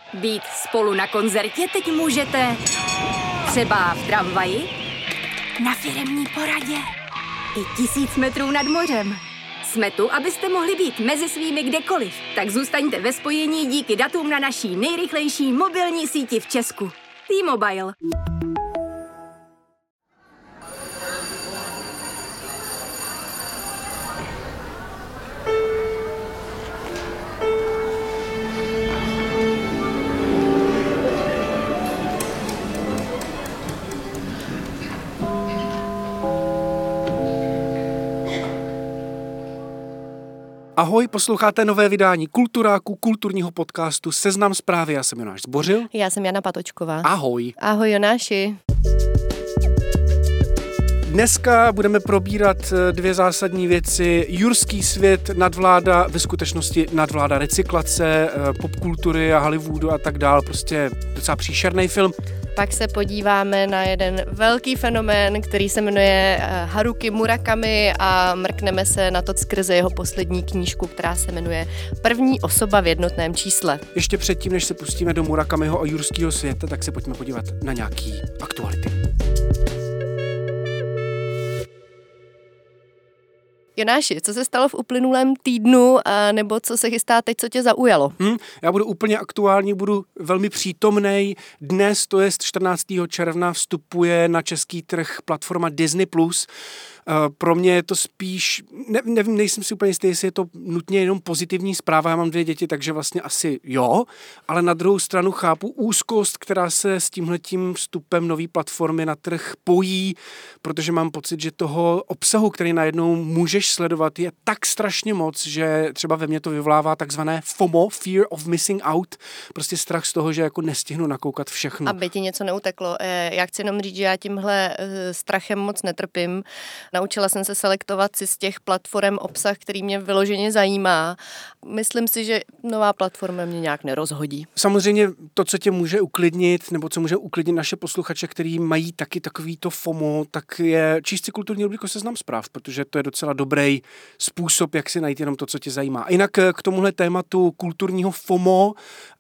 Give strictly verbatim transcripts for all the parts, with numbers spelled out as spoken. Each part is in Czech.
Být spolu na koncertě teď můžete třeba v tramvaji, na firemní poradě i tisíc metrů nad mořem. Jsme tu, abyste mohli být mezi svými kdekoliv. Tak zůstaňte ve spojení díky datům na naší nejrychlejší mobilní síti v Česku. T-Mobile. Ahoj, posloucháte nové vydání Kulturáku, kulturního podcastu Seznam zprávy. Já jsem Jonáš Zbořil. Já jsem Jana Patočková. Ahoj. Ahoj Jonáši. Dneska budeme probírat dvě zásadní věci. Jurský svět, nadvláda, ve skutečnosti nadvláda recyklace, popkultury a Hollywoodu a tak dál. Prostě docela příšerný film. Pak se podíváme na jeden velký fenomén, který se jmenuje Haruki Murakami a mrkneme se na to skrze jeho poslední knížku, která se jmenuje První osoba v jednotném čísle. Ještě předtím, než se pustíme do Murakamiho a jurského světa, tak se pojďme podívat na nějaký aktuality. Jonáši, co se stalo v uplynulém týdnu, a nebo co se chystá teď, co tě zaujalo? Hmm, já budu úplně aktuální, budu velmi přítomnej. Dnes, to je čtrnáctého června, vstupuje na český trh platforma Disney plus. Pro mě je to spíš, ne, nevím, nejsem si úplně jistý, jestli je to nutně jenom pozitivní zpráva, já mám dvě děti, takže vlastně asi jo, ale na druhou stranu chápu úzkost, která se s tímhletím vstupem nový platformy na trh pojí, protože mám pocit, že toho obsahu, který najednou můžeš sledovat, je tak strašně moc, že třeba ve mně to vyvolává takzvané FOMO, Fear of Missing Out, prostě strach z toho, že jako nestihnu nakoukat všechno. Aby ti něco neuteklo. Já chci jenom říct, že já tímhle strachem moc netrpím. Naučila jsem se selektovat si z těch platform obsah, který mě vyloženě zajímá. Myslím si, že nová platforma mě nějak nerozhodí. Samozřejmě to, co tě může uklidnit, nebo co může uklidnit naše posluchače, který mají taky takovýto FOMO, tak je číst si kulturní rubriku Seznam zpráv, protože to je docela dobrý způsob, jak si najít jenom to, co tě zajímá. Jinak k tomuhle tématu kulturního FOMO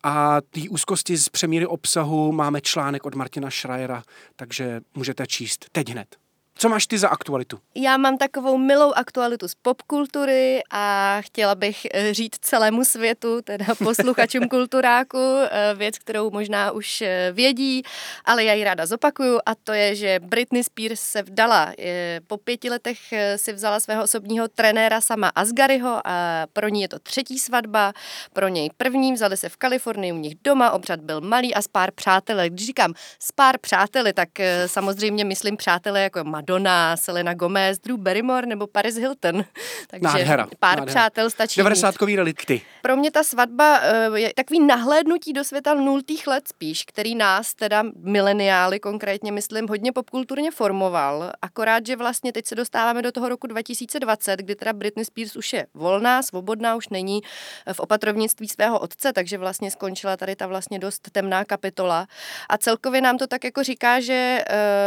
a té úzkosti z přemíry obsahu máme článek od Martina Schreiera, takže můžete číst teď hned. Co máš ty za aktualitu? Já mám takovou milou aktualitu z popkultury a chtěla bych říct celému světu, teda posluchačům Kulturáku, věc, kterou možná už vědí, ale já ji ráda zopakuju, a to je, že Britney Spears se vdala. Po pěti letech si vzala svého osobního trenéra Sama Asghariho a pro ní je to třetí svatba, pro něj první, vzali se v Kalifornii u nich doma, obřad byl malý a s pár přáteli. Když říkám s pár přáteli, tak samozřejmě myslím přátele jako Madonna, Selena Gomez, Drew Barrymore nebo Paris Hilton. Takže nádhera, pár nádhera. přátel stačí. devadesátkový relikty. Pro mě ta svatba je takový nahlédnutí do světa nultých let spíš, který nás, teda mileniály konkrétně, myslím, hodně popkulturně formoval. Akorát, že vlastně teď se dostáváme do toho roku dva tisíce dvacet, kdy teda Britney Spears už je volná, svobodná, už není v opatrovnictví svého otce, takže vlastně skončila tady ta vlastně dost temná kapitola. A celkově nám to tak jako říká, že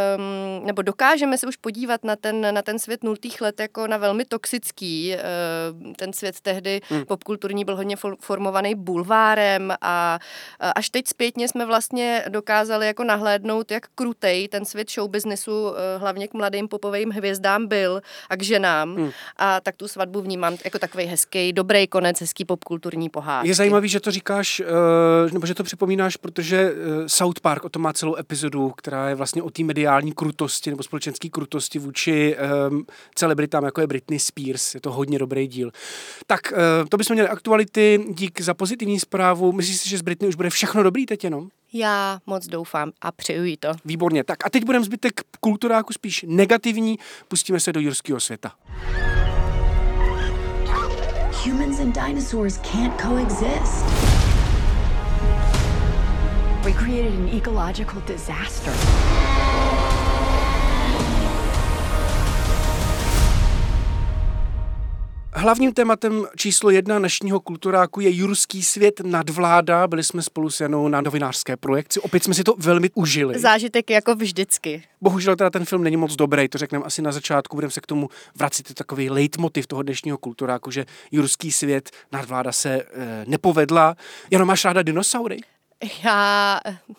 nebo dokážeme se už podívat na ten, na ten svět nultých let jako na velmi toxický. Ten svět tehdy hmm. popkulturní byl hodně formovaný bulvárem a až teď zpětně jsme vlastně dokázali jako nahlédnout, jak krutej ten svět showbiznesu hlavně k mladým popovým hvězdám byl a k ženám. Hmm. A tak tu svatbu vnímám jako takovej hezký, dobrý konec, hezký popkulturní pohádky. Je zajímavý, že to říkáš, nebo že to připomínáš, protože South Park o tom má celou epizodu, která je vlastně o té mediální krutosti nebo společenské krutosti vůči um, celebritám, jako je Britney Spears. Je to hodně dobrý díl. Tak uh, to bychom měli aktuality. Dík za pozitivní zprávu. Myslíš si, že z Britney už bude všechno dobrý teď jenom? Já moc doufám a přeju jí to. Výborně. Tak a teď budeme zbytek Kulturáku spíš negativní. Pustíme se do jurského světa. Humans and dinosaurs can't coexist. We created an ecological disaster. Hlavním tématem číslo jedna dnešního Kulturáku je jurský svět nadvláda. Byli jsme spolu s Janou na novinářské projekci. Opět jsme si to velmi užili. Zážitek jako vždycky. Bohužel teda ten film není moc dobrý, to řekneme asi na začátku. Budeme se k tomu vracet. Je takový leitmotiv toho dnešního Kulturáku, že jurský svět nadvláda se e, nepovedla. Jano, máš ráda dinosaury? Já,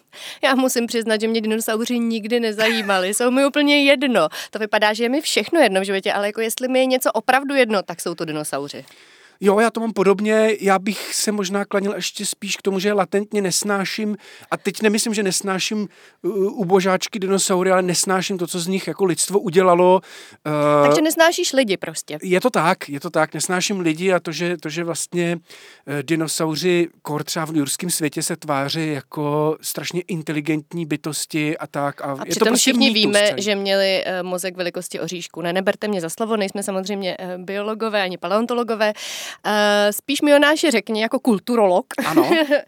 já musím přiznat, že mě dinosauři nikdy nezajímali. Jsou mi úplně jedno. To vypadá, že je mi všechno jedno v životě, ale jako jestli mi je něco opravdu jedno, tak jsou to dinosauři. Jo, já to mám podobně, já bych se možná klanil ještě spíš k tomu, že latentně nesnáším, a teď nemyslím, že nesnáším uh, ubožáčky dinosaury, ale nesnáším to, co z nich jako lidstvo udělalo. Uh, Takže nesnášíš lidi prostě. Je to tak, je to tak, nesnáším lidi a to, že, to, že vlastně uh, dinosauři, kor třeba v jurském světě se tváří jako strašně inteligentní bytosti a tak. A, a je přitom to prostě všichni mýtus víme, celý. že měli uh, mozek velikosti oříšku. Ne, neberte mě za slovo, nejsme samozřejmě uh, biologové ani paleontologové. Uh, spíš mi Jonáši řekni jako kulturolog ano.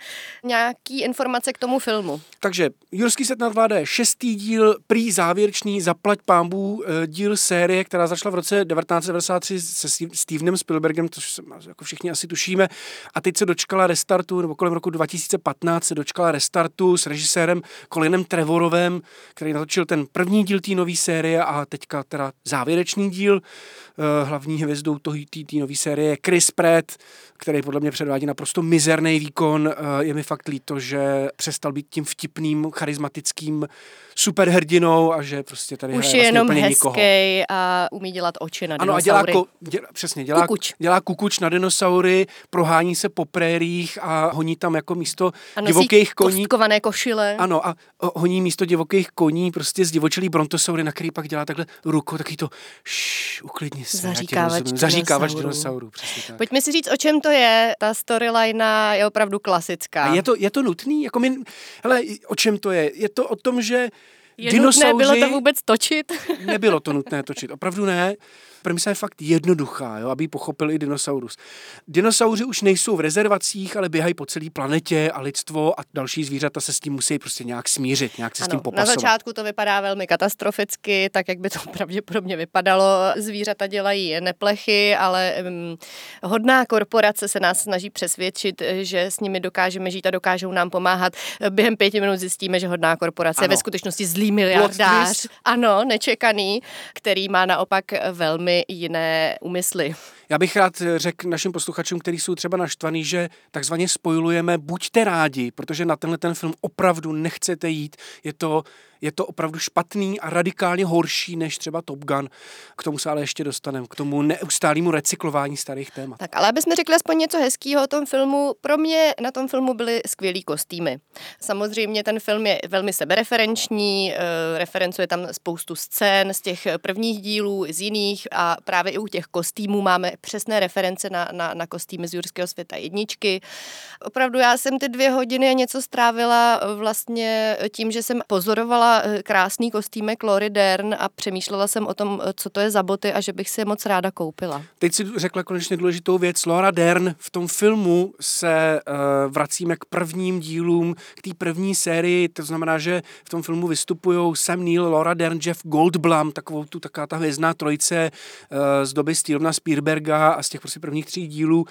nějaký informace k tomu filmu. Takže Jurský svět nadvláda je šestý díl, prý závěrečný, zaplať pánbů díl série, která začala v roce devatenáct set devadesát tři se Stevenem Spielbergem, což jako všichni asi tušíme, a teď se dočkala restartu, nebo kolem roku dva tisíce patnáct se dočkala restartu s režisérem Colinem Trevorovem, který natočil ten první díl té nové série a teďka teda závěrečný díl. Hlavní hvězdou té nové série je Chris Pratt, který podle mě předvádí naprosto mizerný výkon. Je mi fakt líto, že přestal být tím vtipným, charismatickým superhrdinou a že prostě tady už hraje je vlastně jenom úplně hezký nikoho. A umí dělat oči na ano, dinosaury. a dělá, ko, dělá, přesně, dělá kukuč. dělá kukuč na dinosaury, prohání se po prérích a honí tam jako místo a divokých koní. Kostkované košile. Ano, a honí místo divokých koní prostě zdivočelý brontosaury, na který pak dělá takhle rukou, taky to šš, uklidni se. Zaříkávač dinosaurů. Zaříkávač dinosaurů, přesně tak. Pojďme si říct, o čem to je. Ta storyline je opravdu klasická. A je to, je to nutný? Jako my, hele, o čem to je? Je to o tom, že je dinosauři... nutné bylo to vůbec točit? Nebylo to nutné točit, opravdu ne. Premisa je fakt jednoduchá, jo, aby ji pochopil i dinosaurus. Dinosauři už nejsou v rezervacích, ale běhají po celé planetě a lidstvo a další zvířata se s tím musí prostě nějak smířit, nějak se ano, s tím popasovat. Na začátku to vypadá velmi katastroficky, tak jak by to pravděpodobně vypadalo. Zvířata dělají neplechy, ale um, hodná korporace se nás snaží přesvědčit, že s nimi dokážeme žít a dokážou nám pomáhat. Během pěti minut zjistíme, že hodná korporace ano. je ve skutečnosti zlý miliardář. Ano, nečekaný, který má naopak velmi jiné úmysly. Já bych rád řekl našim posluchačům, kteří jsou třeba naštvaní, že takzvaně spojujeme, buďte rádi, protože na tenhle ten film opravdu nechcete jít. Je to, je to opravdu špatný a radikálně horší než třeba Top Gun. K tomu se ale ještě dostaneme, k tomu neustálému recyklování starých témat. Tak, ale abychom řekli aspoň něco hezkého o tom filmu, pro mě na tom filmu byly skvělý kostýmy. Samozřejmě ten film je velmi sebereferenční, referencuje tam spoustu scén z těch prvních dílů, z jiných a právě i u těch kostýmů máme přesné reference na, na, na kostýmy z Jurského světa jedničky. Opravdu já jsem ty dvě hodiny a něco strávila vlastně tím, že jsem pozorovala krásný kostýmek Laura Dern a přemýšlela jsem o tom, co to je za boty a že bych si je moc ráda koupila. Teď si řekla konečně důležitou věc. Laura Dern v tom filmu se uh, vracíme k prvním dílům, k té první sérii, to znamená, že v tom filmu vystupují Sam Neill, Laura Dern, Jeff Goldblum, takovou tu taková ta hvězdná trojice uh, z doby Stevena Spielberga a z těch prostě prvních tří dílů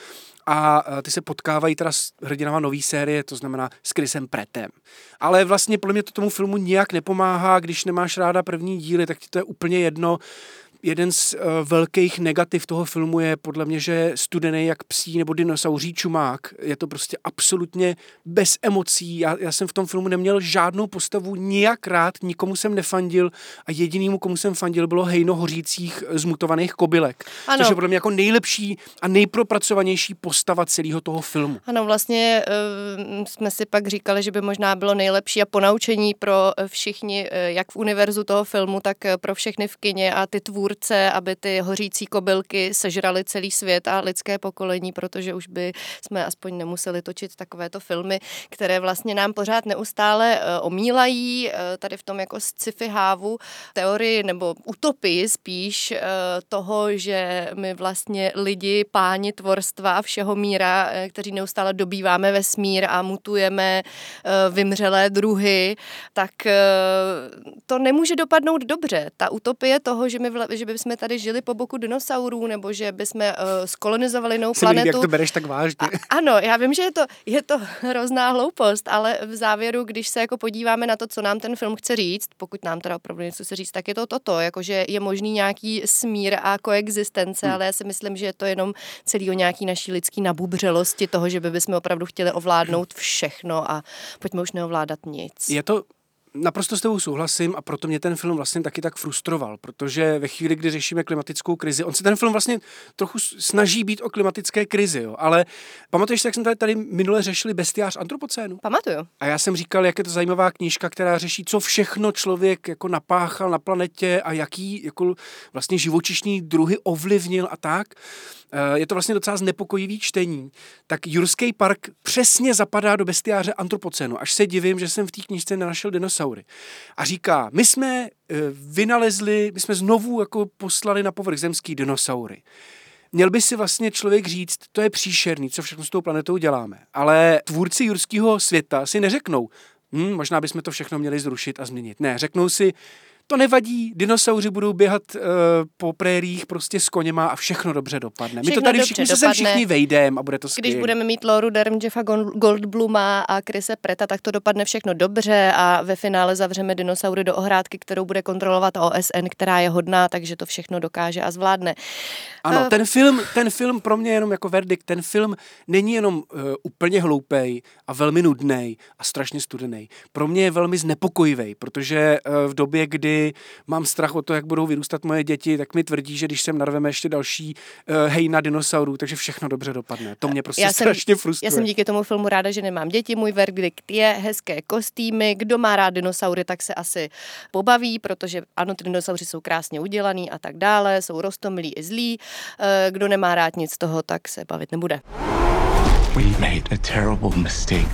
a ty se potkávají teda s hrdinama nový série, to znamená s Chrisem Prattem. Ale vlastně podle mě to tomu filmu nijak nepomáhá, když nemáš ráda první díly, tak ti to je úplně jedno. Jeden z uh, velkých negativ toho filmu je podle mě, že je studený jak psí nebo dinosauří čumák. Je to prostě absolutně bez emocí. Já, já jsem v tom filmu neměl žádnou postavu nijak rád, nikomu jsem nefandil a jedinýmu, komu jsem fandil, bylo hejno hořících zmutovaných kobylek. Ano. Což je podle mě jako nejlepší a nejpropracovanější postava celého toho filmu. Ano, vlastně uh, jsme si pak říkali, že by možná bylo nejlepší a ponaučení pro všichni, uh, jak v univerzu toho filmu, tak pro všechny v kině a ty tvůrce, aby ty hořící kobylky sežraly celý svět a lidské pokolení, protože už by jsme aspoň nemuseli točit takovéto filmy, které vlastně nám pořád neustále uh, omílají uh, tady v tom jako sci-fi hávu teorii nebo utopii spíš uh, toho, že my vlastně lidi, páni tvorstva a všeho míra, uh, kteří neustále dobýváme vesmír a mutujeme uh, vymřelé druhy, tak uh, to nemůže dopadnout dobře. Ta utopie toho, že my, vla, že že bychom tady žili po boku dinosaurů, nebo že bychom uh, skolonizovali jinou Jsem planetu. líbí, jak to bereš tak vážně. A, ano, já vím, že je to, je to hrozná hloupost, ale v závěru, když se jako podíváme na to, co nám ten film chce říct, pokud nám teda opravdu něco chce říct, tak je to toto, jakože je možný nějaký smír a koexistence, hmm. ale já si myslím, že je to jenom celý o nějaký naší lidský nabubřelosti toho, že by bychom opravdu chtěli ovládnout všechno a pojďme už neovládat nic. Je to Naprosto s tebou souhlasím a proto mě ten film vlastně taky tak frustroval, protože ve chvíli, kdy řešíme klimatickou krizi, on se ten film vlastně trochu snaží být o klimatické krizi, jo, ale pamatuješ si, jak jsme tady, tady minule řešili Bestiář antropocénu? Pamatuju. A já jsem říkal, jak je to zajímavá knížka, která řeší, co všechno člověk jako napáchal na planetě a jaký jako vlastně živočišní druhy ovlivnil a tak. Je to vlastně docela znepokojivý čtení. Tak Jurský park přesně zapadá do Bestiáře antropocénu. Až se divím, že jsem v té knížce nenašel dinosaury. A říká, my jsme vynalezli, my jsme znovu jako poslali na povrch zemský dinosaury. Měl by si vlastně člověk říct, to je příšerný, co všechno s tou planetou děláme. Ale tvůrci jurského světa si neřeknou, hm, možná bychom to všechno měli zrušit a změnit. Ne, řeknou si, to nevadí, dinosauři budou běhat uh, po prériích prostě s koněma a všechno dobře dopadne. Všechno my to tady všichni se sem všichni vejdeme a bude to skvělé. Když budeme mít Lauru Dern, Jeffa Goldbluma a Chrise Pratta, tak to dopadne všechno dobře a ve finále zavřeme dinosaury do ohrádky, kterou bude kontrolovat O S N, která je hodná, takže to všechno dokáže a zvládne. Ano, uh, ten film, ten film pro mě jenom jako verdikt, ten film není jenom uh, úplně hloupej a velmi nudnej a strašně studený. Pro mě je velmi znepokojivý, protože uh, v době, kdy mám strach o to, jak budou vyrůstat moje děti, tak mi tvrdí, že když sem narveme ještě další uh, hejna dinosaurů, takže všechno dobře dopadne. To mě prostě já strašně jsem, frustruje. Já jsem díky tomu filmu ráda, že nemám děti. Můj verdikt je hezké kostýmy. Kdo má rád dinosaury, tak se asi pobaví, protože ano, ty dinosauři jsou krásně udělaný a tak dále, jsou roztomilí i zlí. Kdo nemá rád nic z toho, tak se bavit nebude. We made a terrible mistake.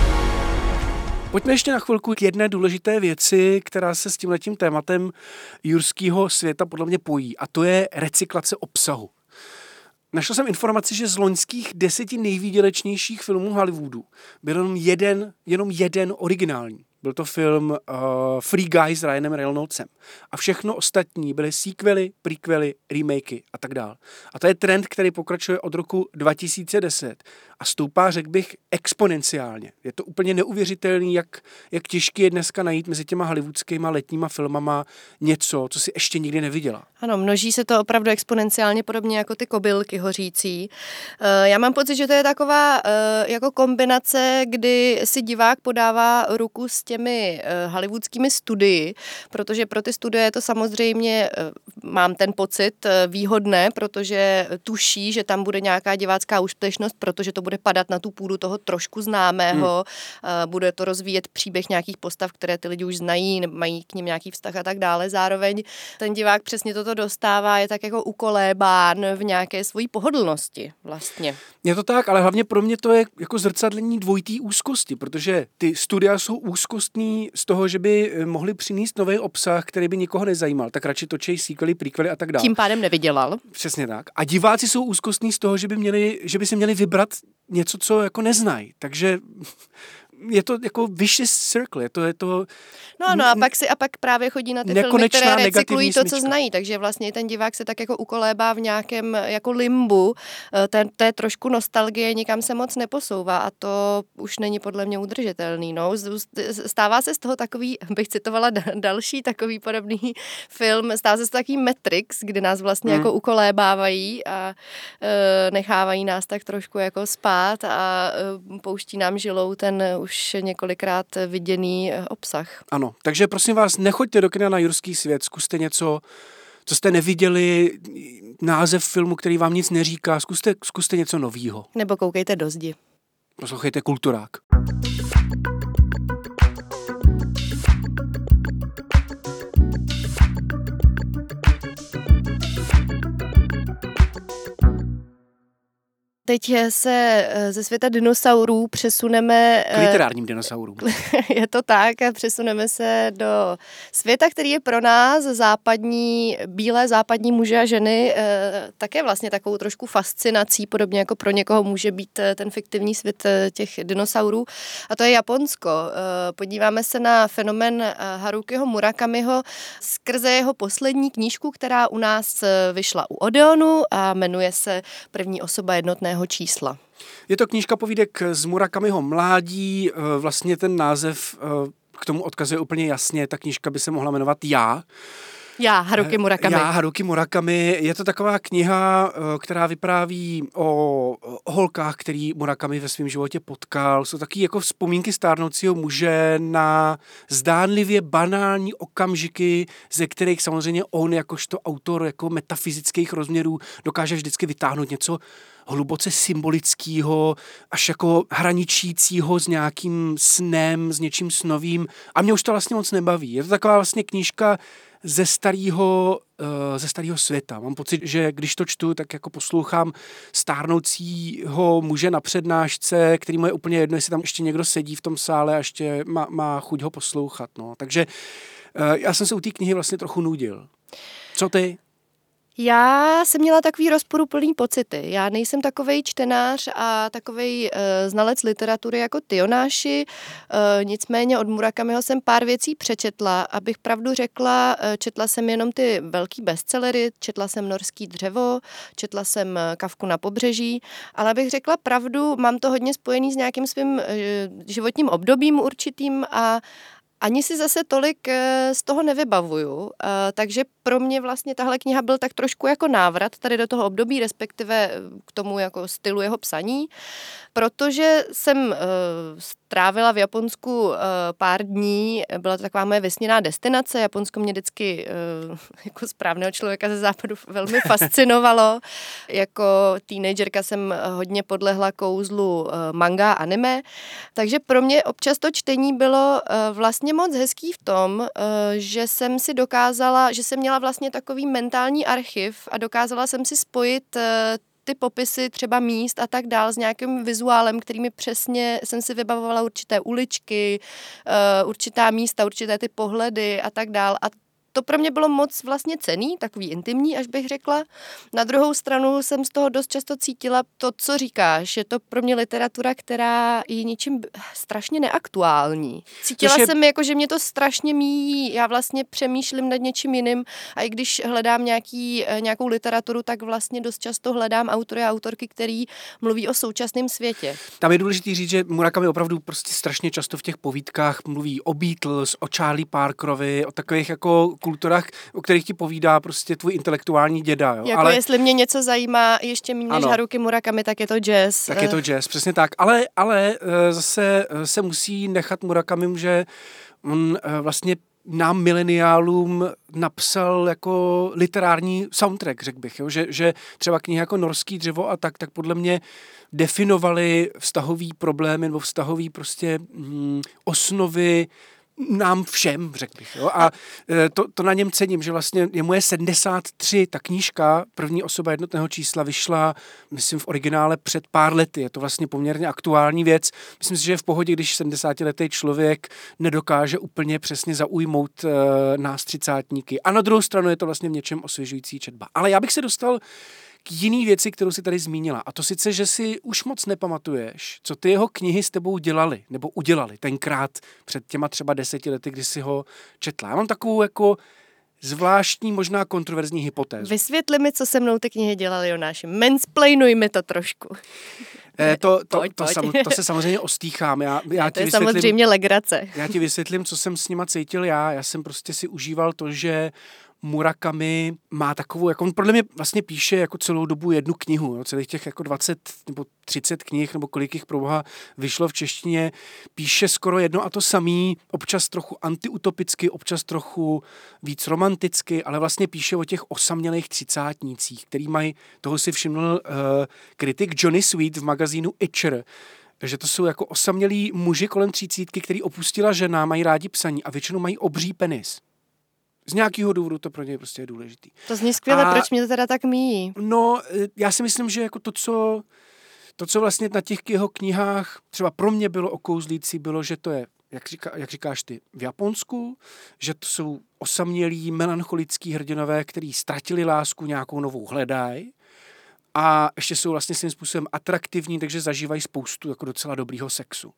Pojďme ještě na chvilku k jedné důležité věci, která se s tímhletím tématem jurského světa podle mě pojí, a to je recyklace obsahu. Našel jsem informaci, že z loňských deseti nejvýdělečnějších filmů Hollywoodu byl jenom jeden, jenom jeden originální. Byl to film uh, Free Guy s Ryanem Reynoldsem. A všechno ostatní byly sequely, prequely, remakey a tak dále. A to je trend, který pokračuje od roku dva tisíce deset a stoupá, řekl bych, exponenciálně. Je to úplně neuvěřitelný, jak, jak těžké je dneska najít mezi těma hollywoodskýma letníma filmama něco, co si ještě nikdy neviděla. Ano, množí se to opravdu exponenciálně, podobně jako ty kobylky hořící. Já mám pocit, že to je taková jako kombinace, kdy si divák podává ruku s těmi hollywoodskými studii, protože pro ty studie je to samozřejmě, mám ten pocit, výhodné, protože tuší, že tam bude nějaká divácká úspěšnost, protože to bude padat na tu půdu toho trošku známého, hmm. bude to rozvíjet příběh nějakých postav, které ty lidi už znají, mají k nim nějaký vztah a tak dále. Zároveň ten divák přesně toto dostává, je tak jako ukolébán v nějaké svojí pohodlnosti vlastně. Je to tak, ale hlavně pro mě to je jako zrcadlení dvojitý úzkosti, protože ty studia jsou úzkostní z toho, že by mohli přinést nový obsah, který by nikoho nezajímal, tak radši točí sequely, prequely a tak dále. Tím pádem nevydělal. Přesně tak. A diváci jsou úzkostní z toho, že by měli, že by si měli vybrat něco, co jako neznají. Takže je to jako vicious circle, je to, je to... No ano, a pak si a pak právě chodí na ty filmy, které recyklují to, co znají, takže vlastně ten divák se tak jako ukolébá v nějakém jako limbu, ten, to je trošku nostalgie, nikam se moc neposouvá a to už není podle mě udržitelný, no. Stává se z toho takový, bych citovala další takový podobný film, stává se z toho takový Matrix, kdy nás vlastně hmm. jako ukolébávají a e, nechávají nás tak trošku jako spát a e, pouští nám žilou ten už několikrát viděný obsah. Ano, takže prosím vás, nechoďte do kina na jurský svět, zkuste něco, co jste neviděli, název filmu, který vám nic neříká, zkuste, zkuste něco novýho. Nebo koukejte do zdi. Poslouchejte Kulturák. Teď se ze světa dinosaurů přesuneme... K literárním dinosaurům. Je to tak, přesuneme se do světa, který je pro nás západní, bílé západní muže a ženy také vlastně takovou trošku fascinací, podobně jako pro někoho může být ten fiktivní svět těch dinosaurů. A to je Japonsko. Podíváme se na fenomén Harukiho Murakamiho skrze jeho poslední knížku, která u nás vyšla u Odeonu a jmenuje se První osoba jednotného čísla. Je to knížka povídek z Murakamiho mládí, vlastně ten název k tomu odkazuje úplně jasně, ta knížka by se mohla jmenovat Já. Já, Haruki Murakami. Já, Haruki Murakami. Je to taková kniha, která vypráví o holkách, který Murakami ve svém životě potkal. Jsou taky jako vzpomínky stárnoucího muže na zdánlivě banální okamžiky, ze kterých samozřejmě on jakožto autor jako metafyzických rozměrů dokáže vždycky vytáhnout něco hluboce symbolického, až jako hraničícího s nějakým snem, s něčím snovým. A mě už to vlastně moc nebaví. Je to taková vlastně knížka ze starého, ze starého světa. Mám pocit, že když to čtu, tak jako poslouchám stárnoucího muže na přednášce, který mu je úplně jedno, jestli tam ještě někdo sedí v tom sále a ještě má, má chuť ho poslouchat. No. Takže já jsem se u té knihy vlastně trochu nudil. Co ty? Já jsem měla takový rozporuplný pocity. Já nejsem takovej čtenář a takovej uh, znalec literatury jako ty, Jonáši. Uh, nicméně od Murakamiho jsem pár věcí přečetla. Abych pravdu řekla, uh, četla jsem jenom ty velký bestsellery, četla jsem Norský dřevo, četla jsem Kafku na pobřeží, ale abych řekla pravdu, mám to hodně spojený s nějakým svým uh, životním obdobím určitým a ani si zase tolik z toho nevybavuju, takže pro mě vlastně tahle kniha byl tak trošku jako návrat tady do toho období, respektive k tomu jako stylu jeho psaní, protože jsem strávila v Japonsku pár dní, byla to taková moje vysněná destinace, Japonsko mě vždycky jako správného člověka ze západu velmi fascinovalo, jako teenagerka jsem hodně podlehla kouzlu manga a anime, takže pro mě občas to čtení bylo vlastně moc hezký v tom, že jsem si dokázala, že jsem měla vlastně takový mentální archiv a dokázala jsem si spojit ty popisy třeba míst a tak dál s nějakým vizuálem, kterými přesně jsem si vybavovala určité uličky, určitá místa, určité ty pohledy a tak dál. A to pro mě bylo moc vlastně cenný, takový intimní, až bych řekla. Na druhou stranu jsem z toho dost často cítila to, co říkáš. Je to pro mě literatura, která je něčím strašně neaktuální. Cítila je... jsem, jako, že mě to strašně míjí. Já vlastně přemýšlím nad něčím jiným a i když hledám nějaký, nějakou literaturu, tak vlastně dost často hledám autory a autorky, který mluví o současném světě. Tam je důležité říct, že Murakami opravdu prostě strašně často v těch povídkách mluví o Beatles, o Charlie Parkerovi, o takových jako kulturách, o kterých ti povídá prostě tvůj intelektuální děda. Jo? Jako ale... jestli mě něco zajímá ještě méně než Haruki Murakami, tak je to jazz. Tak je to jazz, přesně tak. Ale, ale zase se musí nechat Murakami, že on vlastně nám mileniálům napsal jako literární soundtrack, řekl bych, jo? Že, že třeba knihy jako Norský dřevo a tak, tak podle mě definovali vztahový problémy nebo vztahový prostě hm, osnovy nám všem, řekl bych. Jo? A to, to na něm cením, že vlastně je moje sedmdesát tři, ta knížka, První osoba jednotného čísla, vyšla, myslím, v originále před pár lety. Je to vlastně poměrně aktuální věc. Myslím si, že je v pohodě, když sedmdesátiletý člověk nedokáže úplně přesně zaujmout uh, nás třicátníky. A na druhou stranu je to vlastně v něčem osvěžující četba. Ale já bych se dostal k jiný věci, kterou si tady zmínila. A to sice, že si už moc nepamatuješ, co ty jeho knihy s tebou dělali, nebo udělali tenkrát před těma třeba deseti lety, kdy si ho četla. Já mám takovou jako zvláštní, možná kontroverzní hypotézu. Vysvětli mi, co se mnou ty knihy dělaly, Jonáši. Mansplainuj mi to trošku. Eh, to, to, pojď, to, pojď. Sam, to se samozřejmě ostýchám. Já, já to je samozřejmě legrace. Já ti vysvětlím, co jsem s nima cítil já. Já jsem prostě si užíval to, že Murakami má takovou, jako on podle mě vlastně píše jako celou dobu jednu knihu, jo, celých těch jako dvacet nebo třicet knih, nebo kolik jich proboha vyšlo v češtině, píše skoro jedno a to samý, občas trochu antiutopicky, občas trochu víc romanticky, ale vlastně píše o těch osamělých třicátnících, který mají, toho si všiml uh, kritik Johnny Sweet v magazínu Itcher, že to jsou jako osamělí muži kolem třicítky, který opustila žena, mají rádi psaní a většinou mají obří penis. Z nějakého důvodu to pro něj prostě je důležitý. To zní skvěle, a, proč mě to teda tak míjí? No, já si myslím, že jako to, co To, co vlastně na těch jeho knihách třeba pro mě bylo okouzlící, bylo, že to je, jak, říká, jak říkáš ty, v Japonsku, že to jsou osamělí, melancholický hrdinové, kteří ztratili lásku, nějakou novou hledají a ještě jsou vlastně svým způsobem atraktivní, takže zažívají spoustu jako docela dobrýho sexu.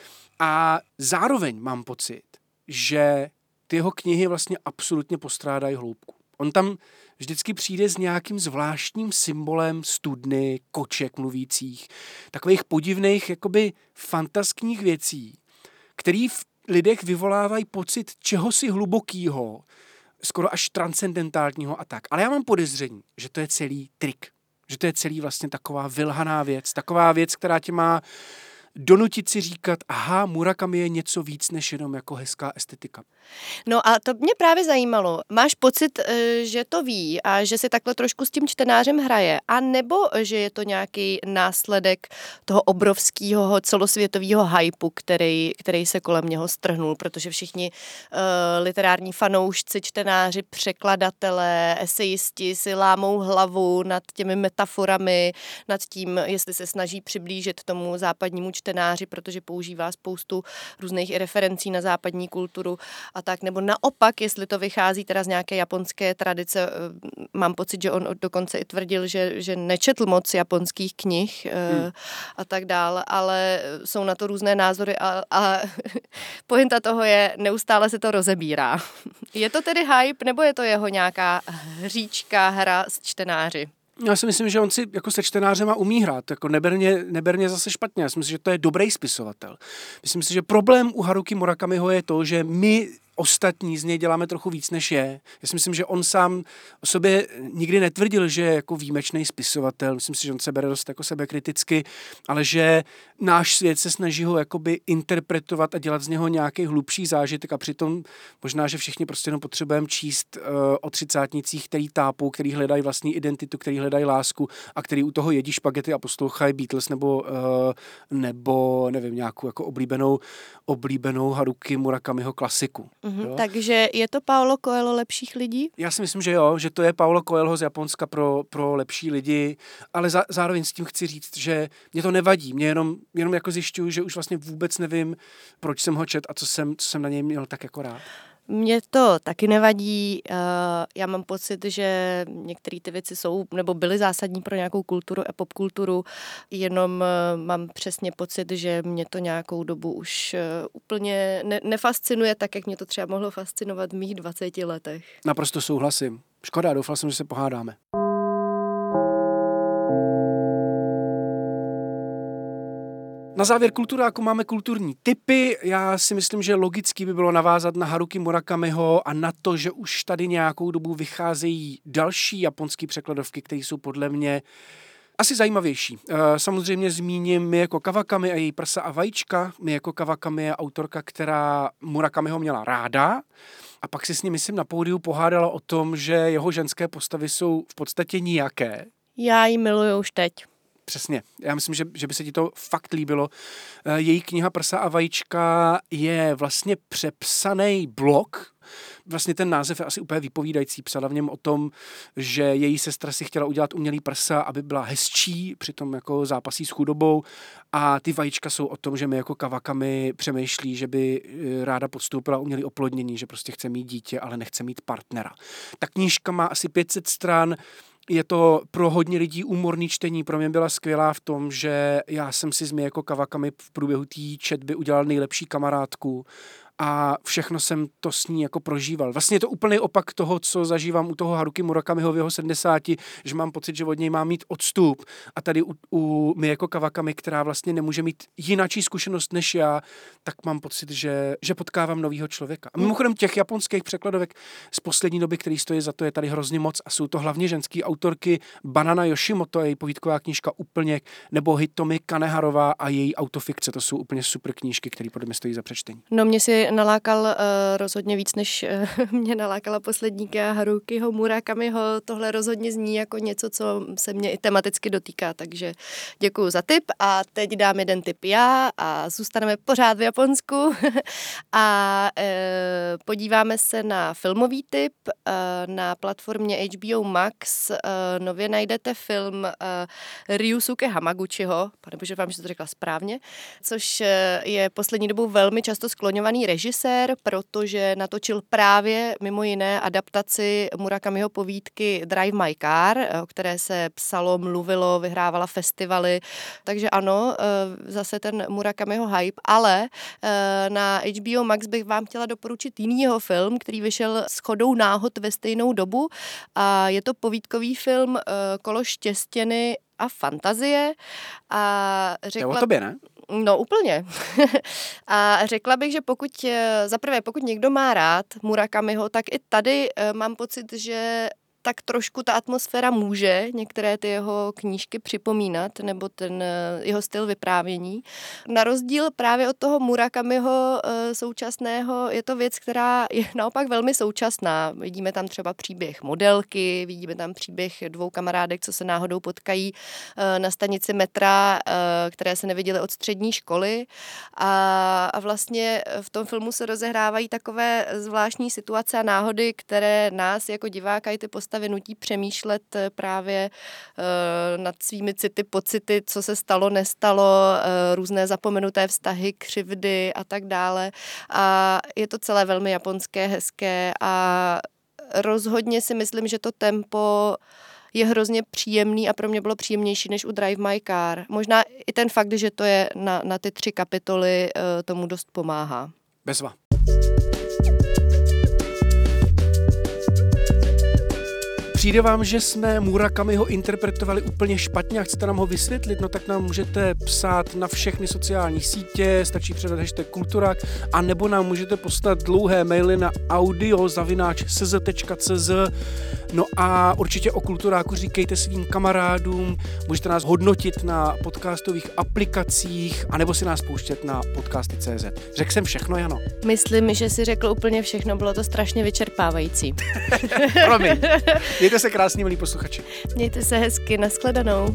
A zároveň mám pocit, že ty jeho knihy vlastně absolutně postrádají hloubku. On tam vždycky přijde s nějakým zvláštním symbolem studny, koček mluvících, takových podivných, jakoby fantaskních věcí, který v lidech vyvolávají pocit čehosi hlubokýho, skoro až transcendentálního a tak. Ale já mám podezření, že to je celý trik. Že to je celý vlastně taková vylhaná věc. Taková věc, která tě má donutit si říkat, aha, Murakami je něco víc než jenom jako hezká estetika. No a to mě právě zajímalo. Máš pocit, že to ví a že si takhle trošku s tím čtenářem hraje? A nebo že je to nějaký následek toho obrovského celosvětového hypu, který, který se kolem něho strhnul, protože všichni uh, literární fanoušci, čtenáři, překladatelé, esejisti si lámou hlavu nad těmi metaforami, nad tím, jestli se snaží přiblížit tomu západnímu čtenáři, protože používá spoustu různých referencí na západní kulturu a tak, nebo naopak, jestli to vychází teda z nějaké japonské tradice, mám pocit, že on dokonce i tvrdil, že, že nečetl moc japonských knih hmm. a tak dál, ale jsou na to různé názory a, a pointa toho je, neustále se to rozebírá. Je to tedy hype, nebo je to jeho nějaká hříčka, hra s čtenáři? Já si myslím, že on si jako se čtenářema umí hrát, jako neberně, neberně zase špatně. Já si myslím, že to je dobrý spisovatel. Myslím si, že problém u Haruki Murakamiho je to, že my ostatní z něj děláme trochu víc, než je. Já si myslím, že on sám o sobě nikdy netvrdil, že je jako výjimečný spisovatel. Myslím si, že on se bere dost jako sebekriticky, ale že náš svět se snaží ho jakoby interpretovat a dělat z něho nějaký hlubší zážitek a přitom možná, že všichni prostě jenom potřebujeme číst uh, o třicátnicích, který tápou, který hledají vlastní identitu, který hledají lásku a který u toho jedí špagety a poslouchají Beatles nebo, uh, nebo nevím, nějakou jako oblíbenou, oblíbenou Haruki Murakamiho klasiku. Mm-hmm. Takže je to Paulo Coelho lepších lidí? Já si myslím, že jo, že to je Paulo Coelho z Japonska pro, pro lepší lidi, ale za, zároveň s tím chci říct, že mě to nevadí, mě jenom, jenom jako zjišťuju, že už vlastně vůbec nevím, proč jsem ho čet a co jsem, co jsem na něj měl tak jako rád. Mně to taky nevadí. Já mám pocit, že některé ty věci jsou nebo byly zásadní pro nějakou kulturu a popkulturu, jenom mám přesně pocit, že mě to nějakou dobu už úplně ne- nefascinuje tak, jak mě to třeba mohlo fascinovat v mých dvaceti letech. Naprosto souhlasím. Škoda, doufal jsem, že se pohádáme. Na závěr kulturáku máme kulturní tipy. Já si myslím, že logicky by bylo navázat na Haruki Murakamiho a na to, že už tady nějakou dobu vycházejí další japonské překladovky, které jsou podle mě asi zajímavější. Samozřejmě zmíním Mieko Kawakami a její Prsa a vajíčka. Mieko Kawakami je autorka, která Murakamiho měla ráda a pak si s ním, myslím, na pódiu pohádala o tom, že jeho ženské postavy jsou v podstatě nijaké. Já ji miluju už teď. Přesně. Já myslím, že, že by se ti to fakt líbilo. Její kniha Prsa a vajíčka je vlastně přepsaný blog. Vlastně ten název je asi úplně vypovídající. Psala v něm o tom, že její sestra si chtěla udělat umělý prsa, aby byla hezčí, přitom jako zápasí s chudobou. A ty vajíčka jsou o tom, že my jako Kawakami přemýšlí, že by ráda podstoupila umělý oplodnění, že prostě chce mít dítě, ale nechce mít partnera. Ta knížka má asi pět set stran. Je to pro hodně lidí humorný čtení, pro mě byla skvělá v tom, že já jsem si s Mieko Kawakami v průběhu té četby udělal nejlepší kamarádku a všechno jsem to s ní jako prožíval. Vlastně je to úplný opak toho, co zažívám u toho Haruki Murakamiho v jeho sedmdesáti, že mám pocit, že od něj mám mít odstup a tady u, u Mieko Kawakami, která vlastně nemůže mít jináčí zkušenost než já, tak mám pocit, že, že potkávám novýho člověka. A mimochodem těch japonských překladovek z poslední doby, který stojí za to, je tady hrozně moc a jsou to hlavně ženský autorky Banana Yoshimoto, její povídková knížka Úplněk, nebo Hitomi Kaneharová a její autofikce, to jsou úplně super knížky, které podle mě stojí za přečtení. No mě si mě nalákal uh, rozhodně víc, než uh, mě nalákala posledníka Harukiho Murakamiho. Tohle rozhodně zní jako něco, co se mě i tematicky dotýká, takže děkuju za tip a teď dám jeden tip já a zůstaneme pořád v Japonsku a uh, podíváme se na filmový tip. Uh, na platformě H B O Max uh, nově najdete film uh, Ryusuke Hamaguchiho, panebože vám, že to řekla správně, což je poslední dobou velmi často skloňovaný režisér, protože natočil právě mimo jiné adaptaci Murakamiho povídky Drive My Car, o které se psalo, mluvilo, vyhrávala festivaly, takže ano, zase ten Murakamiho hype, ale na H B O Max bych vám chtěla doporučit jiný jeho film, který vyšel shodou náhod ve stejnou dobu a je to povídkový film Kolo štěstěny a fantazie a řekla... To je o tobě, ne? No úplně. A řekla bych, že pokud, zaprvé, pokud někdo má rád Murakamiho, tak i tady mám pocit, že tak trošku ta atmosféra může některé ty jeho knížky připomínat, nebo ten jeho styl vyprávění. Na rozdíl právě od toho Murakamiho současného je to věc, která je naopak velmi současná. Vidíme tam třeba příběh modelky, vidíme tam příběh dvou kamarádek, co se náhodou potkají na stanici metra, které se neviděly od střední školy. A vlastně v tom filmu se rozehrávají takové zvláštní situace a náhody, které nás jako diváka i ty postavy nutí přemýšlet právě uh, nad svými city, pocity, co se stalo, nestalo, uh, různé zapomenuté vztahy, křivdy a tak dále. A je to celé velmi japonské, hezké a rozhodně si myslím, že to tempo je hrozně příjemný a pro mě bylo příjemnější než u Drive My Car. Možná i ten fakt, že to je na, na ty tři kapitoly, uh, tomu dost pomáhá. Bezva. Přijde vám, že jsme Murakamiho interpretovali úplně špatně a chcete nám ho vysvětlit, no tak nám můžete psát na všechny sociální sítě, stačí předat hashtag Kulturák, a nebo nám můžete poslat dlouhé maily na audio zavináč c z tečka c z. No a určitě o Kulturáku říkejte svým kamarádům, můžete nás hodnotit na podcastových aplikacích, anebo si nás pouštět na podcasty tečka cé zet. Řekl jsem všechno, Jano? Myslím, že si řekl úplně všechno, bylo to strašně vyčerpávající. Promiň. Mějte se krásně, milí posluchači. Mějte se hezky, nashledanou.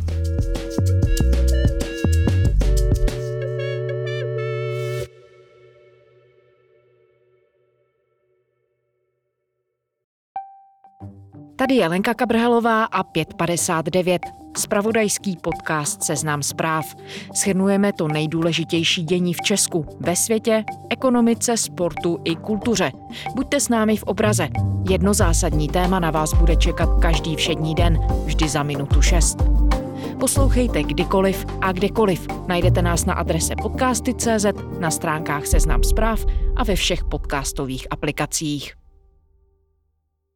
Tady je Lenka Kabrhelová a pět padesát devět. Zpravodajský podcast Seznam zpráv. Shrnujeme to nejdůležitější dění v Česku, ve světě, ekonomice, sportu i kultuře. Buďte s námi v obraze. Jedno zásadní téma na vás bude čekat každý všední den, vždy za minutu šest. Poslouchejte kdykoliv a kdekoliv. Najdete nás na adrese podcasty tečka cé zet, na stránkách Seznam zpráv a ve všech podcastových aplikacích.